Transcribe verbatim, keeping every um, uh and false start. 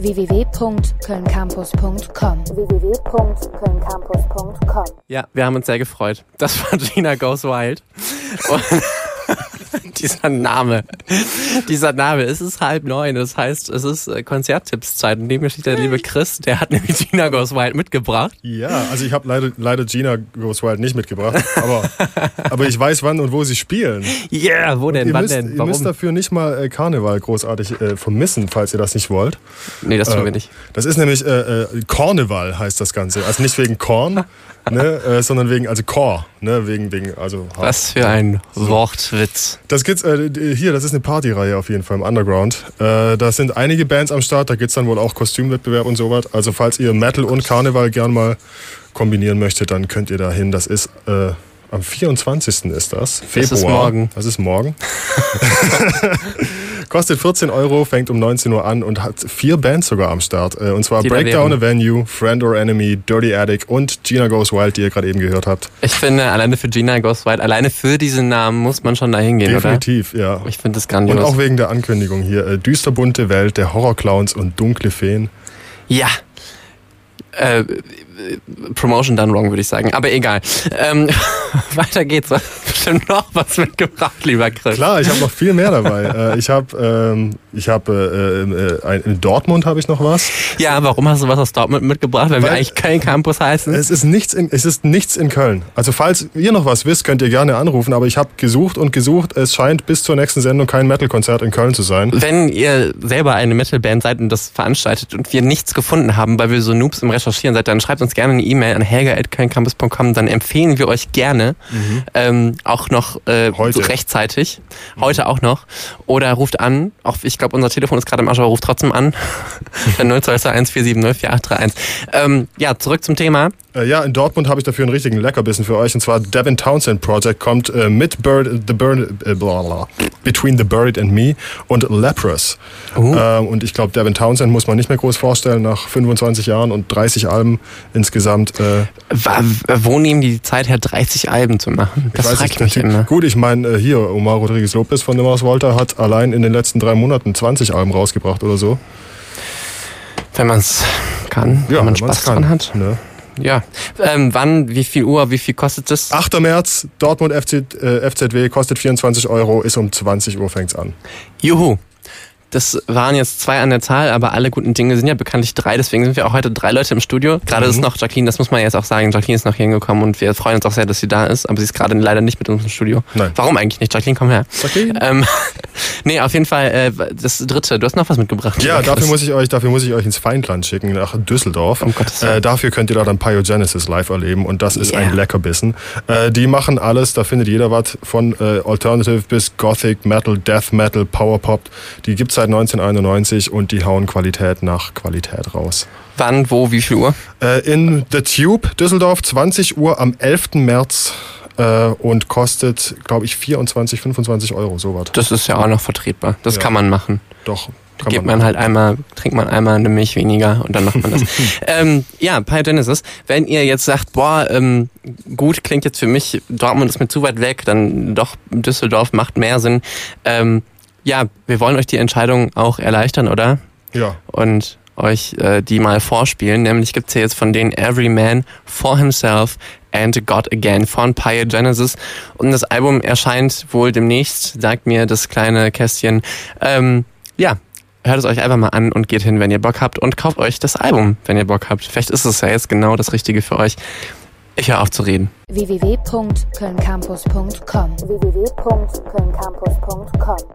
w w w punkt köln campus punkt com w w w punkt köln campus punkt com. Ja, wir haben uns sehr gefreut. Das war Gina Goes Wild. Und dieser Name, dieser Name, es ist halb neun, das heißt, es ist Konzerttipps-Zeit. Und neben mir steht der liebe Chris, der hat nämlich Gina Goes Wild mitgebracht. Ja, also ich habe leider, leider Gina Goes Wild nicht mitgebracht, aber, aber ich weiß, wann und wo sie spielen. Ja, yeah, wo denn, ihr wann müsst, denn, Ihr warum? müsst dafür nicht mal äh, Karneval großartig äh, vermissen, falls ihr das nicht wollt. Nee, das tun äh, wir nicht. Das ist nämlich, äh, äh, Karneval heißt das Ganze. Also nicht wegen Korn, ne, äh, sondern wegen, also Chor, ne, wegen, wegen, also... Was für ein Wortwitz. Das gibt's, äh, hier, das ist eine Partyreihe auf jeden Fall im Underground. Äh, da sind einige Bands am Start, da gibt's dann wohl auch Kostümwettbewerb und sowas. Also falls ihr Metal und Karneval gern mal kombinieren möchtet, dann könnt ihr da hin. Das ist äh, am vierundzwanzigsten ist das. Februar. Das ist morgen. Das ist morgen. Kostet vierzehn Euro, fängt um neunzehn Uhr an und hat vier Bands sogar am Start. Und zwar Die Breakdown a Venue, Friend or Enemy, Dirty Attic und Gina Goes Wild, die ihr gerade eben gehört habt. Ich finde, alleine für Gina Goes Wild, alleine für diesen Namen muss man schon da hingehen, oder? Definitiv, ja. Ich finde das grandios. Und auch wegen der Ankündigung hier. Äh, düsterbunte Welt der Horrorclowns und dunkle Feen. Ja. Äh, Promotion done wrong, würde ich sagen. Aber egal. Ähm, weiter geht's. Du hast bestimmt noch was mitgebracht, lieber Chris. Klar, ich habe noch viel mehr dabei. äh, ich habe ähm, ich hab, äh, äh, in Dortmund habe ich noch was. Ja, warum hast du was aus Dortmund mitgebracht, wenn Weil wir eigentlich Köln Campus heißen? Es ist, nichts in, es ist nichts in Köln. Also falls ihr noch was wisst, könnt ihr gerne anrufen. Aber ich habe gesucht und gesucht. Es scheint bis zur nächsten Sendung kein Metal-Konzert in Köln zu sein. Wenn ihr selber eine Metal-Band seid und das veranstaltet und wir nichts gefunden haben, weil wir so Noobs im Recherchieren seid, dann schreibt uns gerne eine E-Mail an helga at köln campus punkt com, dann empfehlen wir euch gerne, mhm. ähm, auch noch äh, so rechtzeitig, mhm. heute auch noch, oder ruft an, auch ich glaube unser Telefon ist gerade im Arsch, aber ruft trotzdem an, null zwei zwei eins vier sieben null vier acht drei eins. Ähm, ja, zurück zum Thema. Äh, ja, in Dortmund habe ich dafür einen richtigen Leckerbissen für euch, und zwar Devin Townsend Project kommt äh, mit Bird, the Bird, äh, bla bla, Between the Buried and Me und Leprous. Uh. Äh, und ich glaube, Devin Townsend muss man nicht mehr groß vorstellen, nach fünfundzwanzig Jahren und dreißig Alben insgesamt. Äh, Wo nehmen die die Zeit her, dreißig Alben zu machen? Das frage ich mich immer. Gut, ich meine, hier, Omar Rodriguez Lopez von Nimmers Volta hat allein in den letzten drei Monaten zwanzig Alben rausgebracht oder so. Wenn man es kann, ja, wenn man Spaß dran hat. Ne? Ja. Ähm, wann, wie viel Uhr, wie viel kostet das? achter März, Dortmund F Z, äh, F Z W, kostet vierundzwanzig Euro, ist um zwanzig Uhr fängt's an. Juhu. Das waren jetzt zwei an der Zahl, aber alle guten Dinge sind ja bekanntlich drei. Deswegen sind wir auch heute drei Leute im Studio. Gerade mhm. ist noch Jacqueline, das muss man jetzt auch sagen. Jacqueline ist noch hier hingekommen und wir freuen uns auch sehr, dass sie da ist. Aber sie ist gerade leider nicht mit uns im Studio. Nein. Warum eigentlich nicht? Jacqueline, komm her. Jacqueline? Ähm, nee, auf jeden Fall äh, das dritte. Du hast noch was mitgebracht. Ja, dafür muss ich euch, dafür muss ich euch ins Feindland schicken, nach Düsseldorf. Um Gottes Willen. Äh, dafür könnt ihr da dann Pyogenesis live erleben und das ist yeah. ein Leckerbissen. Äh, die machen alles, da findet jeder was, von äh, Alternative bis Gothic, Metal, Death Metal, Powerpop. Die gibt's seit neunzehnhunderteinundneunzig und die hauen Qualität nach Qualität raus. Wann, wo, wie viel Uhr? Äh, in The Tube, Düsseldorf, zwanzig Uhr am elften März äh, und kostet, glaube ich, vierundzwanzig, fünfundzwanzig Euro, sowas. Das ist ja auch noch vertretbar. Das ja. kann man machen. Doch. Da geht man, man halt einmal, trinkt man einmal eine Milch weniger und dann macht man das. ähm, ja, Pyogenesis. Wenn ihr jetzt sagt, boah, ähm, gut, klingt jetzt für mich, Dortmund ist mir zu weit weg, dann doch Düsseldorf macht mehr Sinn. Ähm, ja, wir wollen euch die Entscheidung auch erleichtern, oder? Ja. Und euch äh, die mal vorspielen. Nämlich gibt's hier jetzt von denen Every Man for Himself and God Again von Pyogenesis. Und das Album erscheint wohl demnächst, sagt mir das kleine Kästchen. Ähm, ja, hört es euch einfach mal an und geht hin, wenn ihr Bock habt, und kauft euch das Album, wenn ihr Bock habt. Vielleicht ist es ja jetzt genau das Richtige für euch. Ich höre auf zu reden. w w w punkt köln campus punkt com w w w punkt köln campus punkt com